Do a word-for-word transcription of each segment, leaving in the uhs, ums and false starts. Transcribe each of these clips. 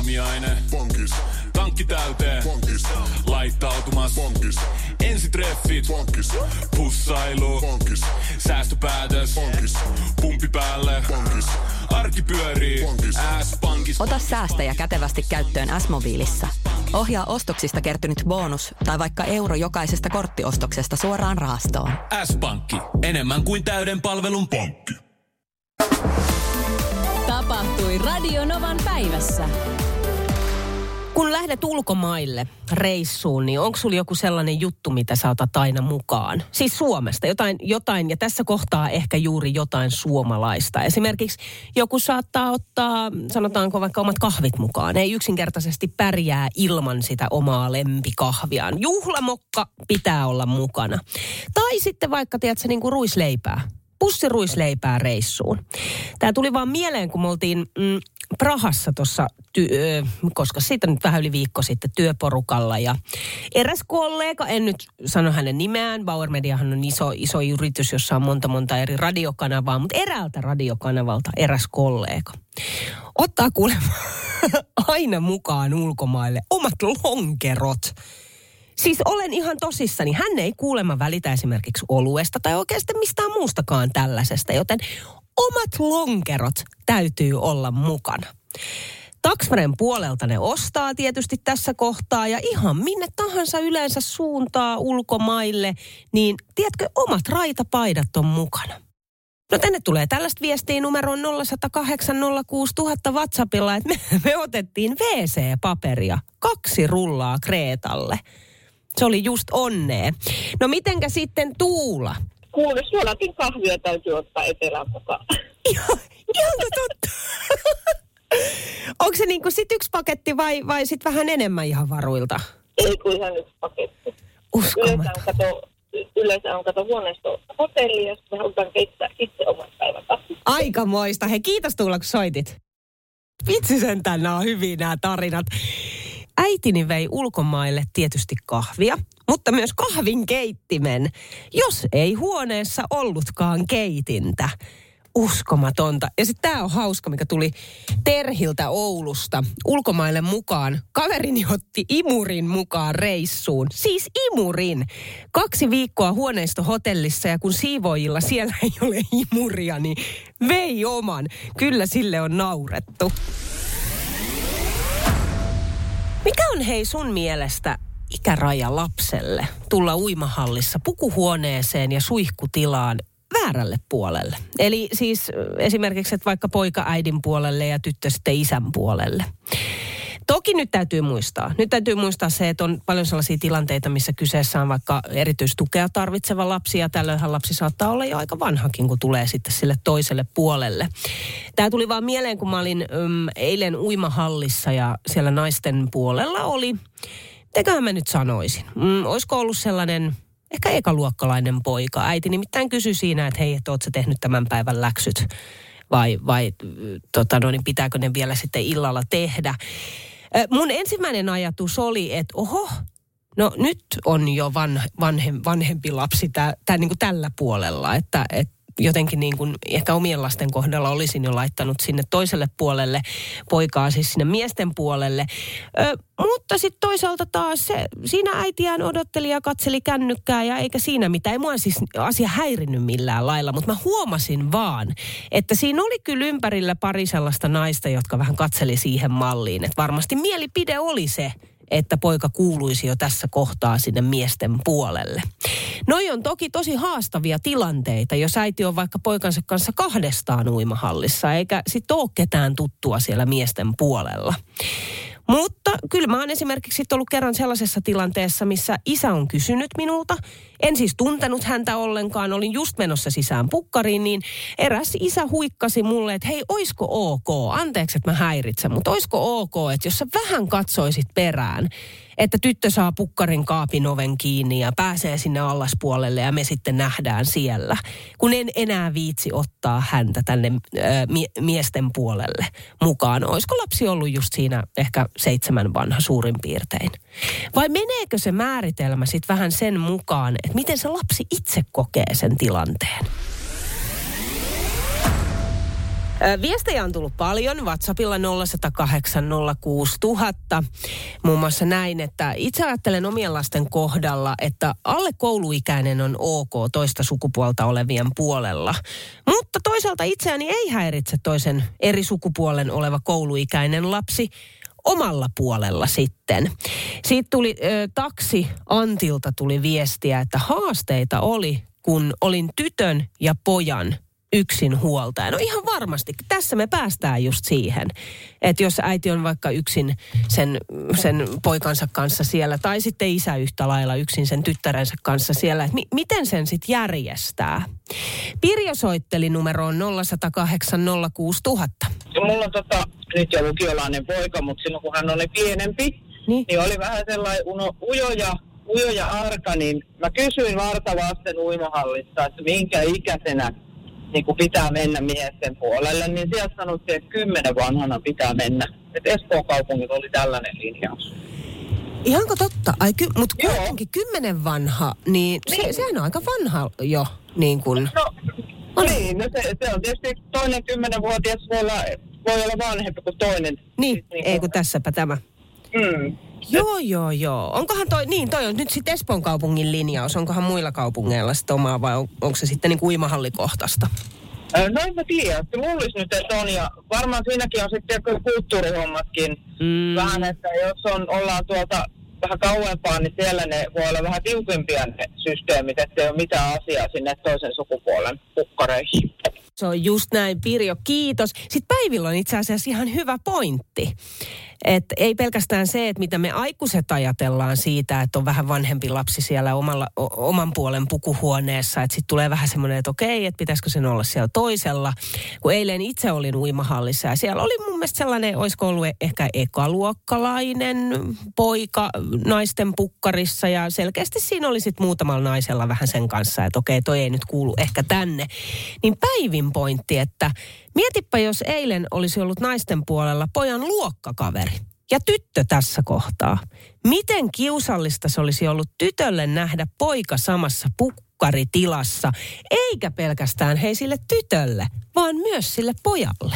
Aamiaine. Bonkis. Tankki täyteen. Bonkis. Laittautumas. Bonkis. Ensitreffit. Bonkis. Pussailu. Bonkis. Säästöpäätös. Bonkis. Pumpi päälle. Bonkis. Arki pyörii. Bonkis. S-pankis. Ota säästäjä kätevästi käyttöön S-mobiilissa. Ohjaa ostoksista kertynyt bonus tai vaikka euro jokaisesta korttiostoksesta suoraan rahastoon. S-pankki. Enemmän kuin täyden palvelun pankki. Tapahtui Radio Novan päivässä. Kun lähdet ulkomaille reissuun, niin onko sulla joku sellainen juttu, mitä sä otat aina mukaan? Siis Suomesta, jotain, jotain, ja tässä kohtaa ehkä juuri jotain suomalaista. Esimerkiksi joku saattaa ottaa, sanotaanko vaikka omat kahvit mukaan. Ei yksinkertaisesti pärjää ilman sitä omaa lempikahviaan. Juhlamokka pitää olla mukana. Tai sitten vaikka, tiedätkö, niin kuin ruisleipää. Pussi ruisleipää reissuun. Tämä tuli vaan mieleen, kun me oltiin mm, Prahassa tuossa, ty- koska siitä nyt vähän yli viikko sitten työporukalla. Ja eräs kollega, en nyt sano hänen nimeään, Bauer Mediahan on iso, iso yritys, jossa on monta monta eri radiokanavaa, mutta eräältä radiokanavalta eräs kollega ottaa kuulemma aina mukaan ulkomaille omat lonkerot. Siis olen ihan tosissani. Hän ei kuulemma välitä esimerkiksi oluesta tai oikeastaan mistään muustakaan tällaisesta, joten omat lonkerot täytyy olla mukana. Taxfren puolelta ne ostaa tietysti tässä kohtaa ja ihan minne tahansa yleensä suuntaa ulkomaille, niin tiedätkö, omat raitapaidat on mukana. No tänne tulee tällaista viestiä numeroon nolla yksi nolla kahdeksan nolla kuusi nolla nolla nolla WhatsAppilla, että me, me otettiin wee see-paperia kaksi rullaa Kreetalle. Se oli just onnea. No mitenkä sitten Tuula? Kuule, suolatin kahvia täytyy ottaa etelään mukaan. Ihan, ihan totta. Onko se niin kuin sit yksi paketti vai, vai sit vähän enemmän ihan varuilta? Ei kun ihan yksi paketti. Uskomaton. Yleensä on kato, yleensä on kato huoneisto hotelli, jos me halutaan keittää itse oman päivän kahvin. Aikamoista. Hei, kiitos Tuula, kun soitit. Vitsi sentään, nämä on hyviä nämä tarinat. Äitini vei ulkomaille tietysti kahvia, mutta myös kahvinkeittimen, jos ei huoneessa ollutkaan keitintä. Uskomatonta. Ja sitten tämä on hauska, mikä tuli Terhiltä Oulusta ulkomaille mukaan. Kaverini otti imurin mukaan reissuun. Siis imurin. Kaksi viikkoa huoneistohotellissa ja kun siivoojilla siellä ei ole imuria, niin vei oman. Kyllä sille on naurettu. Mikä on hei sun mielestä ikäraja lapselle tulla uimahallissa pukuhuoneeseen ja suihkutilaan väärälle puolelle? Eli siis esimerkiksi, että vaikka poika äidin puolelle ja tyttö sitten isän puolelle. Toki nyt täytyy muistaa. Nyt täytyy muistaa se, että on paljon sellaisia tilanteita, missä kyseessä on vaikka erityistukea tarvitseva lapsi. Ja tällöinhän lapsi saattaa olla jo aika vanhakin, kun tulee sitten sille toiselle puolelle. Tämä tuli vaan mieleen, kun mä olin äm, eilen uimahallissa ja siellä naisten puolella oli, mitenköhän mä nyt sanoisin, mm, olisiko ollut sellainen ehkä ekaluokkalainen poika. Äiti nimittäin kysyi siinä, että hei, että ootko sä tehnyt tämän päivän läksyt vai, vai tota, no, niin pitääkö ne vielä sitten illalla tehdä. Mun ensimmäinen ajatus oli, että oho, no nyt on jo van, vanhem, vanhempi lapsi tää, tää, niin kuin tällä puolella, että et jotenkin niin kuin ehkä omien lasten kohdalla olisin jo laittanut sinne toiselle puolelle poikaa, siis sinne miesten puolelle. Ö, mutta sitten toisaalta taas se, siinä äitiään odotteli ja katseli kännykkää ja eikä siinä mitään. Ei mua siis asia häirinnyt millään lailla, mutta mä huomasin vaan, että siinä oli kyllä ympärillä pari sellaista naista, jotka vähän katseli siihen malliin. Että varmasti mielipide oli se, että poika kuuluisi jo tässä kohtaa sinne miesten puolelle. Noi on toki tosi haastavia tilanteita, jos äiti on vaikka poikansa kanssa kahdestaan uimahallissa, eikä sit ole ketään tuttua siellä miesten puolella. Mutta kyllä mä oon esimerkiksi ollut kerran sellaisessa tilanteessa, missä isä on kysynyt minulta. En siis tuntenut häntä ollenkaan, olin just menossa sisään pukkariin, niin eräs isä huikkasi mulle, että hei, oisko ok, anteeksi, että mä häiritsen, mutta oisko ok, että jos sä vähän katsoisit perään, että tyttö saa pukkarin kaapin oven kiinni ja pääsee sinne allaspuolelle ja me sitten nähdään siellä. Kun en enää viitsi ottaa häntä tänne ö, mie- miesten puolelle mukaan. Olisiko lapsi ollut just siinä ehkä seitsemän vanha suurin piirtein? Vai meneekö se määritelmä sitten vähän sen mukaan, että miten se lapsi itse kokee sen tilanteen? Viestejä on tullut paljon WhatsAppilla nolla yksi nolla kahdeksan nolla kuusi nolla nolla nolla. Muun muassa näin, että itse ajattelen omien lasten kohdalla, että alle kouluikäinen on ok toista sukupuolta olevien puolella. Mutta toisaalta itseäni ei häiritse toisen eri sukupuolen oleva kouluikäinen lapsi omalla puolella sitten. Siitä tuli ö, taksi Antilta tuli viestiä, että haasteita oli, kun olin tytön ja pojan yksin huoltaja. No ihan varmasti. Tässä me päästään just siihen, että jos äiti on vaikka yksin sen, sen poikansa kanssa siellä, tai sitten isä yhtä lailla yksin sen tyttärensä kanssa siellä, että mi- miten sen sitten järjestää. Pirjo soitteli numeroon nolla yksi nolla kahdeksan nolla kuusi nolla nolla nolla. Mulla on tota, nyt jo lukiolainen poika, mutta silloin kun hän oli pienempi, niin, niin oli vähän sellainen uno, ujo ja ujo ja arka, niin mä kysyin varta vasten uimahallissa, että minkä ikäisenä niin kun pitää mennä miesten puolelle, niin sieltä sanottiin, että kymmenen vanhana pitää mennä. Että Espoon kaupungilla oli tällainen linjaus. Ihanko totta? Ai, ky- mutta kuitenkin kymmenen vanha, niin, niin. Se, sehän on aika vanha jo. Niin kun. No, on. Niin, no se, se on tietysti toinen kymmenenvuotias voi olla, voi olla vanhempi kuin toinen. Niin, siis, niin ei kun tässäpä tämä. Mm. Joo, joo, joo. Onkohan toi, niin toi on nyt sitten Espoon kaupungin linjaus. Onkohan muilla kaupungeilla sitten omaa vai on, onko se sitten niin kuin uimahallikohtaista? No en mä tiedä. Luulisi nyt, että on. Ja varmaan siinäkin on sitten kulttuurihommatkin mm. vähän, että jos on, ollaan tuolta vähän kauempaa, niin siellä ne voi olla vähän tiukempia ne systeemit, että ei ole mitään asiaa sinne toisen sukupuolen kukkareihin. Se on just näin, Pirjo, kiitos. Sitten Päivillä on itse asiassa ihan hyvä pointti. Että ei pelkästään se, että mitä me aikuiset ajatellaan siitä, että on vähän vanhempi lapsi siellä omalla, o, oman puolen pukuhuoneessa. Että sitten tulee vähän semmoinen, että okei, että pitäisikö sen olla siellä toisella. Kun eilen itse olin uimahallissa ja siellä oli mun mielestä sellainen, olisiko ollut ehkä ekaluokkalainen poika naisten pukkarissa. Ja selkeästi siinä oli sitten muutamalla naisella vähän sen kanssa, että okei, toi ei nyt kuulu ehkä tänne. Niin Päivin pointti, että mietipä, jos eilen olisi ollut naisten puolella pojan luokkakaveri ja tyttö tässä kohtaa. Miten kiusallista se olisi ollut tytölle nähdä poika samassa pukkaritilassa, eikä pelkästään hei sille tytölle, vaan myös sille pojalle.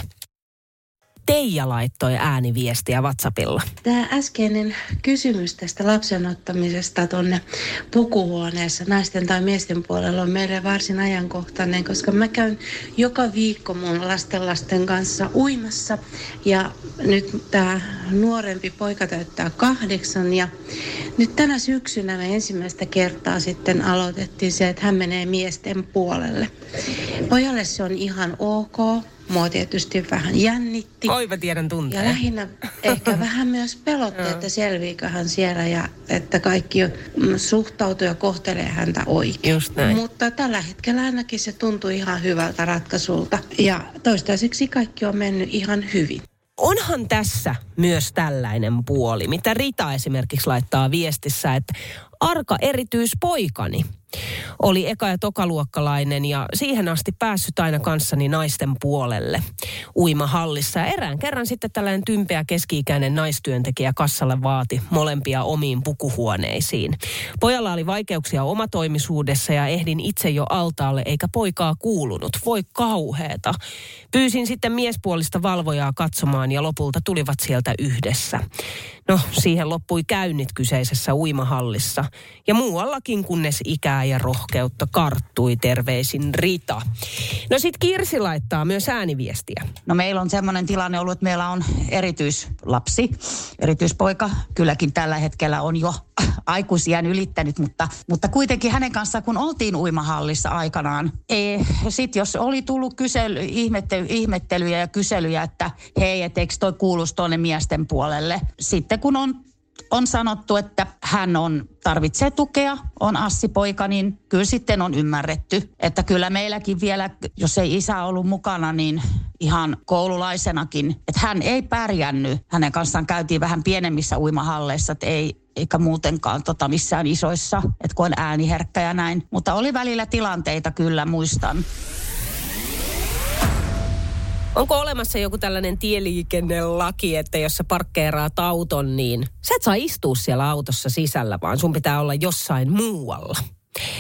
Teija laittoi ääniviestiä WhatsAppilla. Tämä äskeinen kysymys tästä lapsen ottamisesta tuonne pukuhuoneessa naisten tai miesten puolella on meille varsin ajankohtainen, koska mä käyn joka viikko mun lastenlasten kanssa uimassa. Ja nyt tämä nuorempi poika täyttää kahdeksan ja nyt tänä syksynä me ensimmäistä kertaa sitten aloitettiin se, että hän menee miesten puolelle. Pojalle se on ihan ok. Mua tietysti vähän jännitti. Oi, mä tiedän tunteen. Ja lähinnä ehkä vähän myös pelotti, että selviikö hän siellä ja että kaikki suhtautuu ja kohtelee häntä oikein. Just näin. Mutta tällä hetkellä ainakin se tuntui ihan hyvältä ratkaisulta. Ja toistaiseksi kaikki on mennyt ihan hyvin. Onhan tässä myös tällainen puoli, mitä Rita esimerkiksi laittaa viestissä, että arka erityispoikani oli eka- ja tokaluokkalainen ja siihen asti päässyt aina kanssani naisten puolelle uimahallissa. Ja erään kerran sitten tällainen tympeä keski-ikäinen naistyöntekijä kassalle vaati molempia omiin pukuhuoneisiin. Pojalla oli vaikeuksia omatoimisuudessa ja ehdin itse jo altaalle eikä poikaa kuulunut. Voi kauheeta. Pyysin sitten miespuolista valvojaa katsomaan ja lopulta tulivat sieltä yhdessä. No, siihen loppui käynnit kyseisessä uimahallissa. Ja muuallakin, kunnes ikää ja rohkeutta karttui, terveisin Rita. No sit Kirsi laittaa myös ääniviestiä. No meillä on semmoinen tilanne ollut, että meillä on erityislapsi, erityispoika. Kylläkin tällä hetkellä on jo aikuisiän ylittänyt, mutta, mutta kuitenkin hänen kanssaan, kun oltiin uimahallissa aikanaan. Sitten jos oli tullut kysely, ihmette, ihmettelyjä ja kyselyjä, että hei, et eikö toi kuuluisi tuonne miesten puolelle. Sitten kun on, on sanottu, että hän on, tarvitsee tukea, on assipoika, niin kyllä sitten on ymmärretty. Että kyllä meilläkin vielä, jos ei isä ollut mukana, niin ihan koululaisenakin, että hän ei pärjännyt. Hänen kanssaan käytiin vähän pienemmissä uimahalleissa, että ei, eikä muutenkaan tota missään isoissa, että kun on ääniherkkä ja näin. Mutta oli välillä tilanteita kyllä, muistan. Onko olemassa joku tällainen tieliikennelaki, että jos sä parkkeeraat auton, niin sä et saa istua siellä autossa sisällä, vaan sun pitää olla jossain muualla?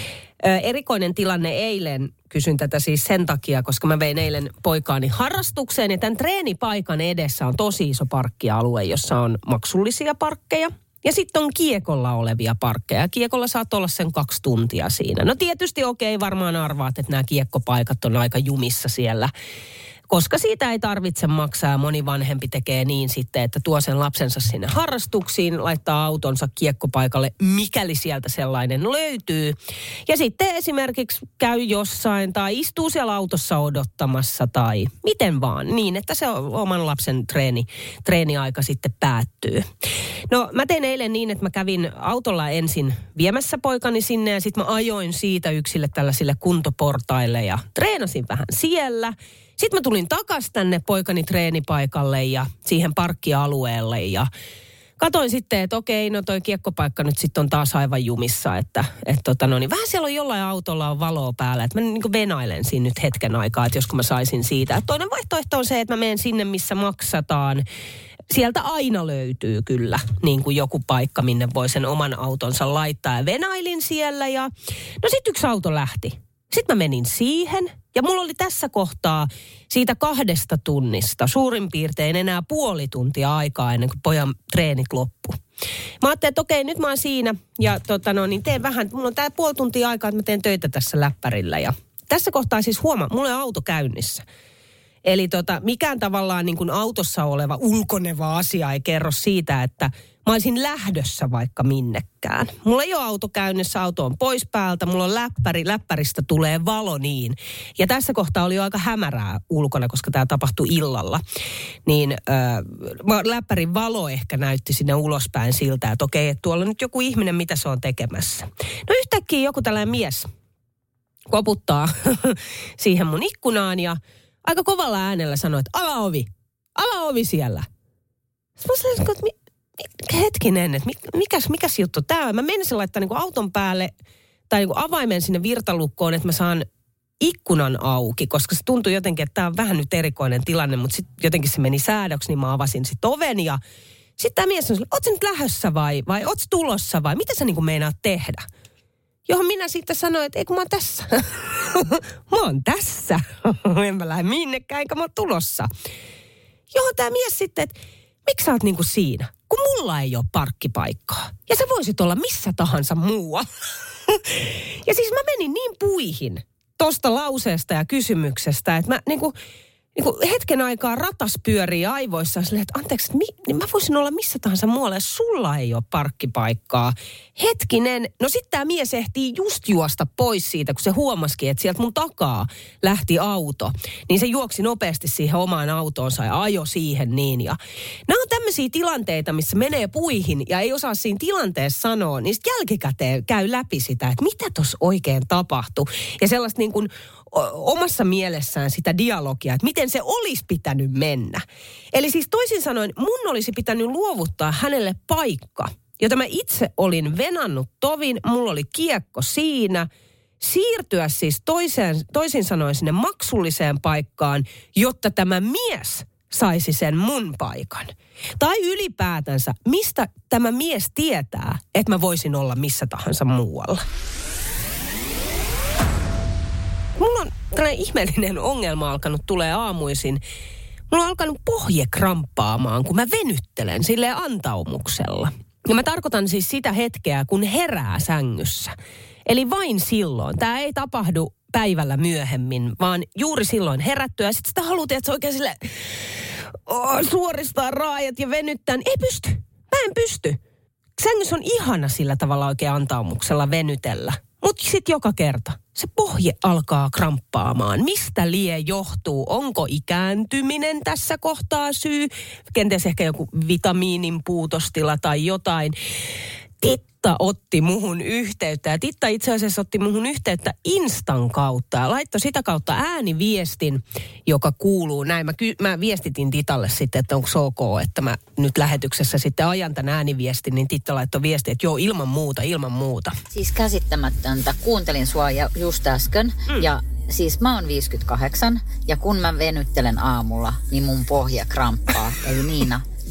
Ö, erikoinen tilanne eilen, kysyn tätä siis sen takia, koska mä vein eilen poikaani harrastukseen. Ja tämän treenipaikan edessä on tosi iso parkkialue, jossa on maksullisia parkkeja. Ja sitten on kiekolla olevia parkkeja. Kiekolla saat olla sen kaksi tuntia siinä. No tietysti okei, varmaan arvaat, että nämä kiekkopaikat on aika jumissa siellä. Koska siitä ei tarvitse maksaa. Moni vanhempi tekee niin sitten, että tuo sen lapsensa sinne harrastuksiin, laittaa autonsa kiekkopaikalle, mikäli sieltä sellainen löytyy. Ja sitten esimerkiksi käy jossain tai istuu siellä autossa odottamassa tai miten vaan. Niin, että se oman lapsen treeni, treeniaika sitten päättyy. No mä tein eilen niin, että mä kävin autolla ensin viemässä poikani sinne ja sitten mä ajoin siitä yksille tällaisille kuntoportaille ja treenasin vähän siellä. Sitten mä tulin takas tänne poikani treenipaikalle ja siihen parkkialueelle ja katoin sitten, että okei, no toi kiekkopaikka nyt sitten on taas aivan jumissa, että et tota no niin, vähän siellä on jollain autolla on valoa päällä, että mä niin kuin venailen siinä nyt hetken aikaa, että josko mä saisin siitä. Et toinen vaihtoehto on se, että mä menen sinne, missä maksataan. Sieltä aina löytyy kyllä niin kuin joku paikka, minne voi sen oman autonsa laittaa ja venailin siellä ja no sitten yksi auto lähti. Sitten mä menin siihen ja mulla oli tässä kohtaa siitä kahdesta tunnista suurin piirtein enää puoli tuntia aikaa ennen kuin pojan treenit loppu. Mä ajattelin, että okei, nyt mä oon siinä ja tota no, niin teen vähän, mulla on tää puoli tuntia aikaa, että mä teen töitä tässä läppärillä. Ja tässä kohtaa siis huomaa, mulla on auto käynnissä. Eli tota, mikään tavallaan niin kuin autossa oleva ulkoneva asia ei kerro siitä, että mä olisin lähdössä vaikka minnekään. Mulla ei ole auto käynnissä, auto on pois päältä, mulla on läppäri, läppäristä tulee valo niin. Ja tässä kohtaa oli jo aika hämärää ulkona, koska tämä tapahtui illalla. Niin äh, läppärin valo ehkä näytti sinne ulospäin siltä, että okei, että tuolla on nyt joku ihminen, mitä se on tekemässä. No yhtäkkiä joku tällainen mies koputtaa siihen mun ikkunaan ja aika kovalla äänellä sanoi, että avaa ovi, avaa ovi siellä. Sitten mä sanoin, että mi- hetkinen, että mikäs, mikäs juttu tämä on? Mä menisin laittaa niinku auton päälle tai niinku avaimen sinne virtalukkoon, että mä saan ikkunan auki, koska se tuntui jotenkin, että tämä on vähän nyt erikoinen tilanne, mutta sitten jotenkin se meni säädöksi, niin mä avasin sitten oven ja sitten tämä mies sanoi, ootko nyt lähdössä vai, vai ootko tulossa vai mitä sä niinku meinaat tehdä? Johon minä sitten sanoin, että ei kun mä oon tässä. Mä oon tässä. En mä lähde minnekään, enkä mä oon tulossa. Johon tämä mies sitten, että miksi sä oot niinku siinä? Kun mulla ei ole parkkipaikkaa. Ja sä voisit olla missä tahansa muualla. Ja siis mä menin niin puihin tosta lauseesta ja kysymyksestä, että mä niinku, niinku hetken aikaa ratas pyörii aivoissa silleen, että anteeksi, että mi, niin mä voisin olla missä tahansa muualla, jos sulla ei ole parkkipaikkaa. Hetkinen, no sitten tämä mies ehtii just juosta pois siitä, kun se huomasikin, että sieltä mun takaa lähti auto. Niin se juoksi nopeasti siihen omaan autoonsa ja ajo siihen niin. Ja nämä on tämmöisiä tilanteita, missä menee puihin ja ei osaa siinä tilanteessa sanoa, niin sitten jälkikäteen käy läpi sitä, että mitä tuossa oikein tapahtui. Ja sellaista niin kuin omassa mielessään sitä dialogia, että miten se olisi pitänyt mennä. Eli siis toisin sanoen, mun olisi pitänyt luovuttaa hänelle paikka, jota mä itse olin venannut tovin, mulla oli kiekko siinä, siirtyä siis toiseen, toisin sanoen sinne maksulliseen paikkaan, jotta tämä mies saisi sen mun paikan. Tai ylipäätänsä, mistä tämä mies tietää, että mä voisin olla missä tahansa muualla. Mulla on tällainen ihmeellinen ongelma alkanut tulee aamuisin. Mulla on alkanut pohje kramppaamaan, kun mä venyttelen silleen antaumuksella. Ja mä tarkoitan siis sitä hetkeä, kun herää sängyssä. Eli vain silloin. Tää ei tapahdu päivällä myöhemmin, vaan juuri silloin herättyä. Ja sit sitä haluat, että se oikein silleen oh, suoristaa raajat ja venyttää. Ei pysty. Mä en pysty. Sängyssä on ihana sillä tavalla oikein antaumuksella venytellä. Mutta sitten joka kerta se pohje alkaa kramppaamaan. Mistä lie johtuu? Onko ikääntyminen tässä kohtaa syy? Kenties ehkä joku vitamiinin puutostila tai jotain. Titta otti muhun yhteyttä ja Titta itse asiassa otti muhun yhteyttä Instan kautta ja laittoi sitä kautta ääniviestin, joka kuuluu näin. Mä, ky- mä viestitin Titalle sitten, että onko ok, että mä nyt lähetyksessä sitten ajan tämän ääniviestin, niin Titta laittoi viesti, että joo, ilman muuta, ilman muuta. Siis käsittämätöntä. Kuuntelin sua just äsken mm. ja siis mä oon viisikymmentäkahdeksan ja kun mä venyttelen aamulla, niin mun pohja kramppaa. Eli Niina,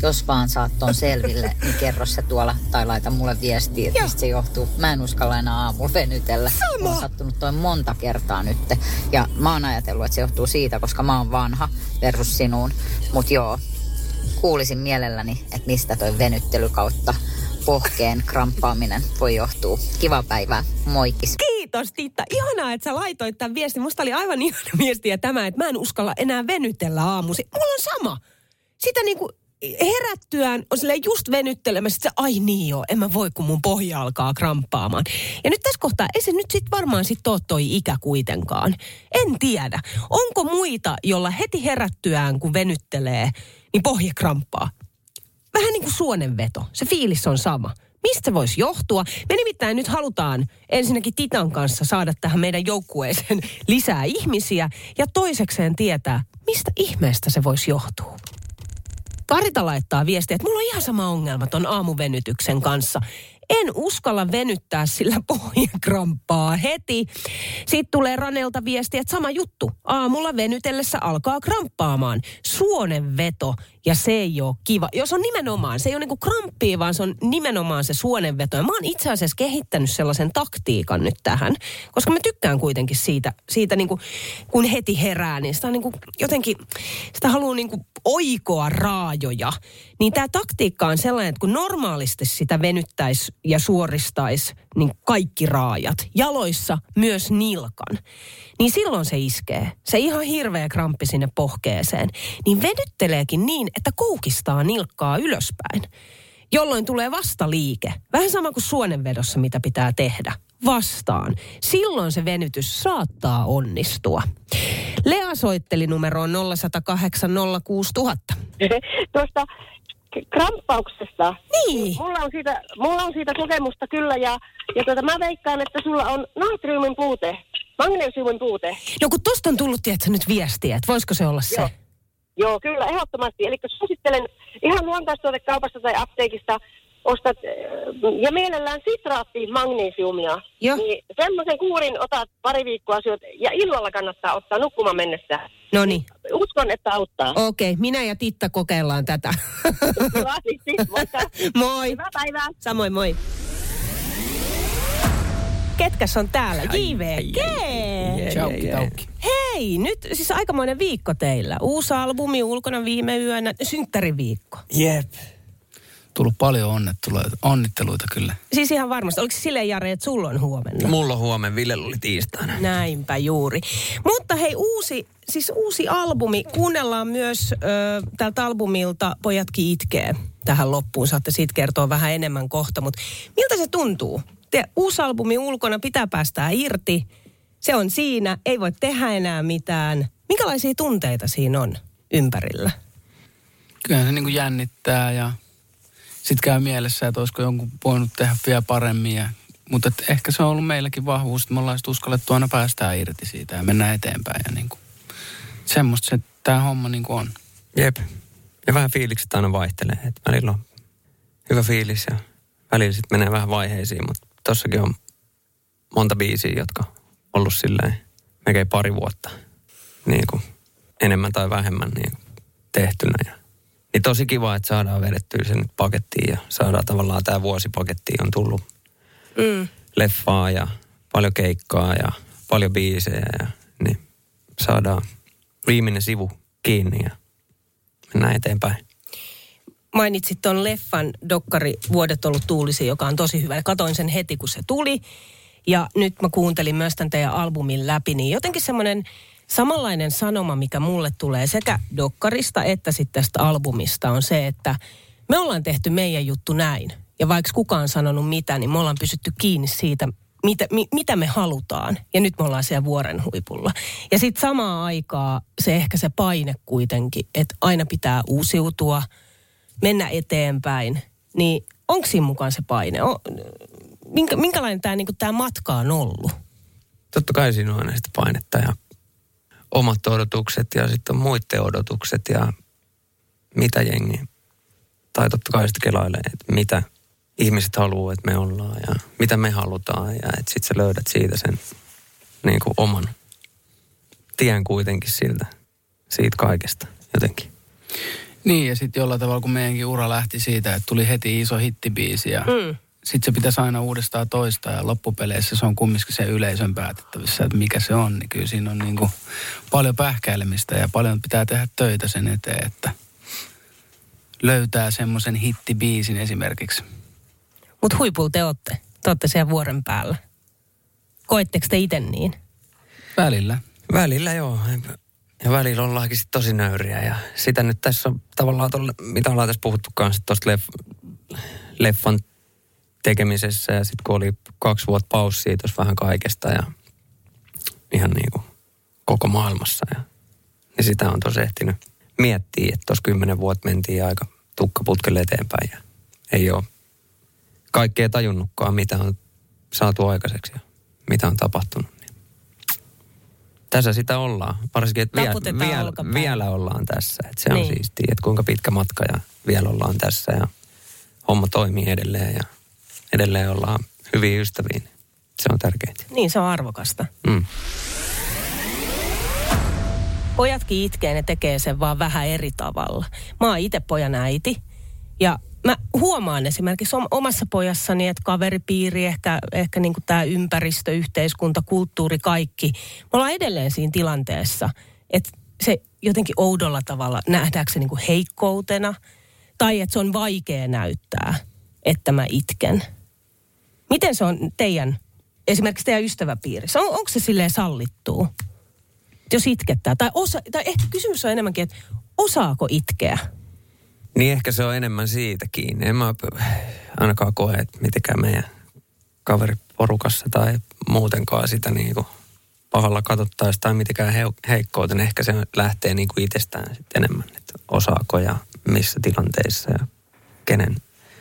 jos vaan saat ton selville, niin kerro se tuolla tai laita mulle viestiä, että mistä se johtuu. Mä en uskalla enää aamulla venytellä. Sama. Mulla on sattunut toi monta kertaa nyt. Ja mä oon ajatellut, että se johtuu siitä, koska mä oon vanha versus sinuun. Mut joo, kuulisin mielelläni, että mistä toi venyttely kautta pohkeen kramppaaminen voi johtua. Kiva päivää. Moikis. Kiitos Titta. Ihanaa, että sä laitoit tämän viestin. Musta oli aivan ihana viestiä tämä, että mä en uskalla enää venytellä aamuisin. Mulla on sama. Sitä niinku herättyään on silleen just venyttelemässä, että se, ai niin joo, en mä voi, kun mun pohja alkaa kramppaamaan. Ja nyt tässä kohtaa, ei se nyt sit varmaan sit ole toi ikä kuitenkaan. En tiedä. Onko muita, jolla heti herättyään, kun venyttelee, niin pohja kramppaa? Vähän niin kuin suonenveto. Se fiilis on sama. Mistä se voisi johtua? Me nimittäin nyt halutaan ensinnäkin Titan kanssa saada tähän meidän joukkueeseen lisää ihmisiä ja toisekseen tietää, mistä ihmeestä se voisi johtua. Karita laittaa viestiä, että mulla on ihan sama ongelma ton aamuvenytyksen kanssa. En uskalla venyttää, sillä pohja kramppaa heti. Sitten tulee Ranelta viestiä, että sama juttu. Aamulla venytellessä alkaa kramppaamaan. Suonenveto, ja se ei ole kiva. Jos on nimenomaan, se ei ole niinku kramppia, vaan se on nimenomaan se suonenveto. Ja mä oon itse asiassa kehittänyt sellaisen taktiikan nyt tähän, koska mä tykkään kuitenkin siitä, siitä niinku, kun heti herää, niin sitä on niinku jotenkin, sitä haluaa niinku oikoa raajoja. Niin tää taktiikka on sellainen, että kun normaalisti sitä venyttäisi ja suoristaisi niin kaikki raajat, jaloissa myös nilkan, niin silloin se iskee. Se ihan hirveä kramppi sinne pohkeeseen. Niin venytteleekin niin, että koukistaa nilkkaa ylöspäin, jolloin tulee vastaliike. Vähän sama kuin suonenvedossa, mitä pitää tehdä. Vastaan. Silloin se venytys saattaa onnistua. Lea soitteli numeroon nolla yksi nolla kahdeksan nolla kuusi nolla nolla nolla. Tuosta kramppauksesta. Niin. Mulla on siitä, mulla on siitä kokemusta kyllä ja, ja tuota, mä veikkaan, että sulla on natriumin puute, magnesiumin puute. No kun tosta on tullut, tiedätkö, nyt viestiä, että voisiko se olla se? Joo, Joo kyllä, ehdottomasti. Eli suosittelen ihan luontaistuotekaupasta tai apteekista ostat, ja mielellään sitraattiin magnesiumia. Joo. Niin semmoisen kuurin otat pari viikkoa syöt, ja illalla kannattaa ottaa nukkumaan mennessä. No niin. Uskon, että auttaa. Okei, minä ja Titta kokeillaan tätä. Hyvä, sitten. Moikka. Moi. Hyvää päivää. Samoin, moi. Ketkäs on täällä? J V G! Chaukki, taukki. Hei, nyt siis aikamoinen viikko teillä. Uusi albumi ulkona viime yönä, synttäriviikko. Jep. Tullut paljon onnetteluita, onnitteluita kyllä. Siis ihan varmasti. Oliko se silleen, Jare, että sulla on huomenna? Mulla on huomenna, Villellä oli tiistaina. Näinpä juuri. Mutta hei, uusi, siis uusi albumi. Kuunnellaan myös ö, tältä albumilta Pojatkin itkee tähän loppuun. Saatte siitä kertoa vähän enemmän kohta, mutta miltä se tuntuu? Te, uusi albumi ulkona, pitää päästää irti. Se on siinä, ei voi tehdä enää mitään. Minkälaisia tunteita siinä on ympärillä? Kyllähän se niin kuin jännittää ja sitten käy mielessä, että olisiko jonkun voinut tehdä vielä paremmin. Ja, mutta et ehkä se on ollut meilläkin vahvuus, että me ollaan uskallettu aina päästään irti siitä ja mennään eteenpäin. Ja niin kuin, semmoista se tämä homma niin kuin on. Jep. Ja vähän fiilikset aina vaihtelee. Et välillä on hyvä fiilis ja välillä sitten menee vähän vaiheisiin. Mutta tossakin on monta biisiä, jotka on ollut silleen melkein pari vuotta niin kuin enemmän tai vähemmän niin kuin tehtynä. Ja niin tosi kiva, että saadaan vedettyä sen nyt pakettiin ja saadaan tavallaan tämä vuosipaketti on tullut mm. leffaa ja paljon keikkaa ja paljon biisejä ja niin saadaan viimeinen sivu kiinni ja mennään eteenpäin. Mainitsit tuon leffan dokkari Vuodet ollut tuulisia, joka on tosi hyvä. Katoin sen heti, kun se tuli ja nyt mä kuuntelin myös tämän teidän albumin läpi, niin jotenkin semmoinen samanlainen sanoma, mikä mulle tulee sekä dokkarista että sitten tästä albumista on se, että me ollaan tehty meidän juttu näin. Ja vaikka kukaan sanonut mitä, niin me ollaan pysytty kiinni siitä, mitä, mi, mitä me halutaan. Ja nyt me ollaan siellä vuoren huipulla. Ja sitten samaan aikaa se ehkä se paine kuitenkin, että aina pitää uusiutua, mennä eteenpäin. Niin onko siinä mukaan se paine? On, minkä, minkälainen tämä niinku, tää matka on ollut? Totta kai siinä on aina sitä painetta ja omat odotukset ja sitten muiden odotukset ja mitä jengi, tai totta kai sitten kelailee, että mitä ihmiset haluaa, että me ollaan ja mitä me halutaan ja että sitten sä löydät siitä sen niin kuin oman tien kuitenkin siltä, siitä kaikesta jotenkin. Niin, ja sitten jollain tavalla, kun meidänkin ura lähti siitä, että tuli heti iso hittibiisi ja mm. sitten se pitäisi aina uudestaan toistaa ja loppupeleissä se on kumminkin se yleisön päätettävissä, että mikä se on. Niin kyllä siinä on niin kuin paljon pähkäilemistä ja paljon pitää tehdä töitä sen eteen, että löytää semmoisen hittibiisin esimerkiksi. Mutta huipulla te ootte. Te ootte siellä vuoren päällä. Koetteko te itse niin? Välillä. Välillä joo. Ja välillä ollaankin sitten tosi nöyriä. Ja sitä nyt tässä on tavallaan, tolle, mitä ollaan tässä puhuttu kanssa tuosta leff, leffan tekemisessä. Ja sitten kun oli kaksi vuotta paussia tuossa vähän kaikesta ja ihan niin kuin koko maailmassa. Ja, niin sitä on tosi ehtinyt miettiä, että tuossa kymmenen vuotta mentiin aika tukkaputkelle eteenpäin. Ja ei ole kaikkea tajunnutkaan, mitä on saatu aikaiseksi ja mitä on tapahtunut. Tässä sitä ollaan. Varsinkin, että vielä, vielä, vielä ollaan tässä. Että se on niin. Siistiä, että kuinka pitkä matka ja vielä ollaan tässä ja homma toimii edelleen ja edelleen ollaan hyviä ystäviä. Se on tärkeintä. Niin, se on arvokasta. Mm. Pojatkin itkee, ne tekee sen vaan vähän eri tavalla. Mä oon itse pojan äiti ja mä huomaan esimerkiksi omassa pojassani, että kaveripiiri, ehkä, ehkä niin kuin tämä ympäristö, yhteiskunta, kulttuuri, kaikki. Me ollaan edelleen siinä tilanteessa, että se jotenkin oudolla tavalla nähdäänkö se niin kuin heikkoutena tai että se on vaikea näyttää, että mä itken. Miten se on teidän, esimerkiksi teidän ystäväpiirissä? On, onko se silleen sallittua, jos itkettää? Tai, osa, tai ehkä kysymys on enemmänkin, että osaako itkeä? Niin ehkä se on enemmän siitä kiinni. En mä ainakaan koe, että mitenkään meidän kaveriporukassa tai muutenkaan sitä niin kuin pahalla katsottaisi tai mitenkään heikkouten. Ehkä se lähtee niin kuin itsestään sitten enemmän, että osaako ja missä tilanteissa ja kenen.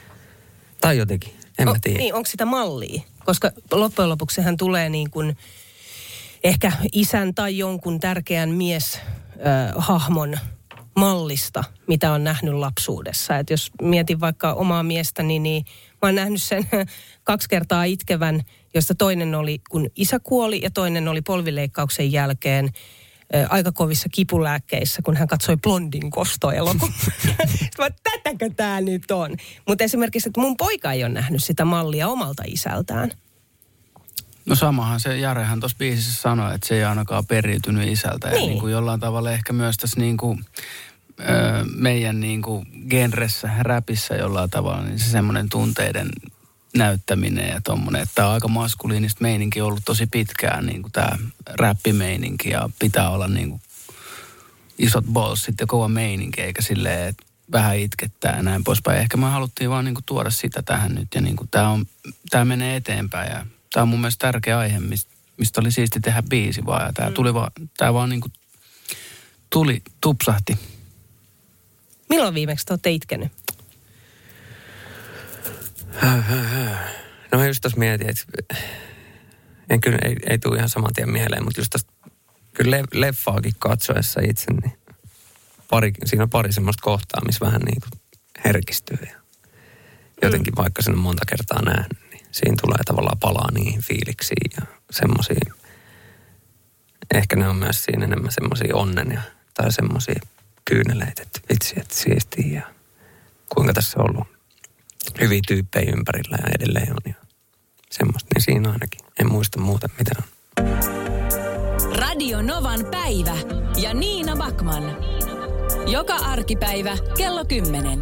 Tai jotenkin, en o, mä tiedä. Niin, onko sitä mallia? Koska loppujen lopuksi sehän tulee niin kuin ehkä isän tai jonkun tärkeän mieshahmon mallista, mitä on nähnyt lapsuudessa. Et jos mietin vaikka omaa miestäni, niin mä oon nähnyt sen kaksi kertaa itkevän, josta toinen oli, kun isä kuoli ja toinen oli polvileikkauksen jälkeen ä, aika kovissa kipulääkkeissä, kun hän katsoi Blondin kostoelokuvan. Tätäkö tää nyt on? Mutta esimerkiksi, että mun poika ei ole nähnyt sitä mallia omalta isältään. No samahan se Jarehan tuossa biisissä sanoi, että se ei ainakaan periytynyt isältä. Niin. Ja niin kuin jollain tavalla ehkä myös tässä niin kuin, ö, meidän niin kuin genressä, räpissä jollain tavalla, niin se semmoinen tunteiden näyttäminen ja tommoinen, että tämä on aika maskuliinista meininki ollut tosi pitkään, niin kuin tämä räppimeininki ja pitää olla niin kuin isot ballsit ja kova meininki, eikä silleen, että vähän itkettää ja näin poispäin. Ehkä me haluttiin vaan niin kuin tuoda sitä tähän nyt ja niin kuin tämä, on, tämä menee eteenpäin ja tämä on mun mielestä tärkeä aihe, mistä oli siisti tehdä biisi vaan. Ja tämä, mm. tuli va, tämä vaan niin kuin tuli, tupsahti. Milloin viimeksi te olette itkenyt? No mä just tuossa mietin, että en kyllä, ei, ei tule ihan saman tien mieleen, mutta just tosta, kyllä leffaakin katsoessa itse, niin pari, siinä on pari semmoista kohtaa, missä vähän niin kuin herkistyy. Ja jotenkin mm. vaikka sen on monta kertaa nähnyt. Siinä tulee tavallaan palaa niihin fiiliksiin ja semmoisiin. Ehkä ne on myös siinä enemmän semmoisia onnen ja, tai semmoisia kyyneleitä, että vitsi, että siistiä ja kuinka tässä on ollut hyviä tyyppejä ympärillä ja edelleen on ja semmoista. Niin siinä ainakin. En muista muuten, mitä on. Radio Novan päivä ja Niina Backman. Joka arkipäivä kello kymmenen.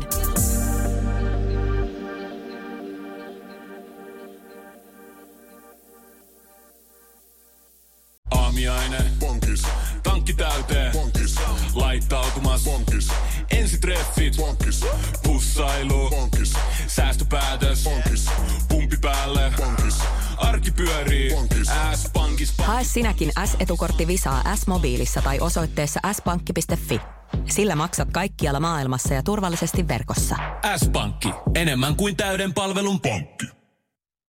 Aamiainen. Bonkis. Tankki täyteen. Bonkis. Laittautumas. Bonkis. Ensitreffit. Bonkis. Pussailu. Bonkis. Säästöpäätös. Bonkis. Pumpi päälle. Bonkis. Arki pyörii. S-pankis. Hae sinäkin S-etukortti Visaa S-mobiilissa tai osoitteessa s pankki piste fi. Sillä maksat kaikkialla maailmassa ja turvallisesti verkossa. S-pankki. Enemmän kuin täyden palvelun pankki.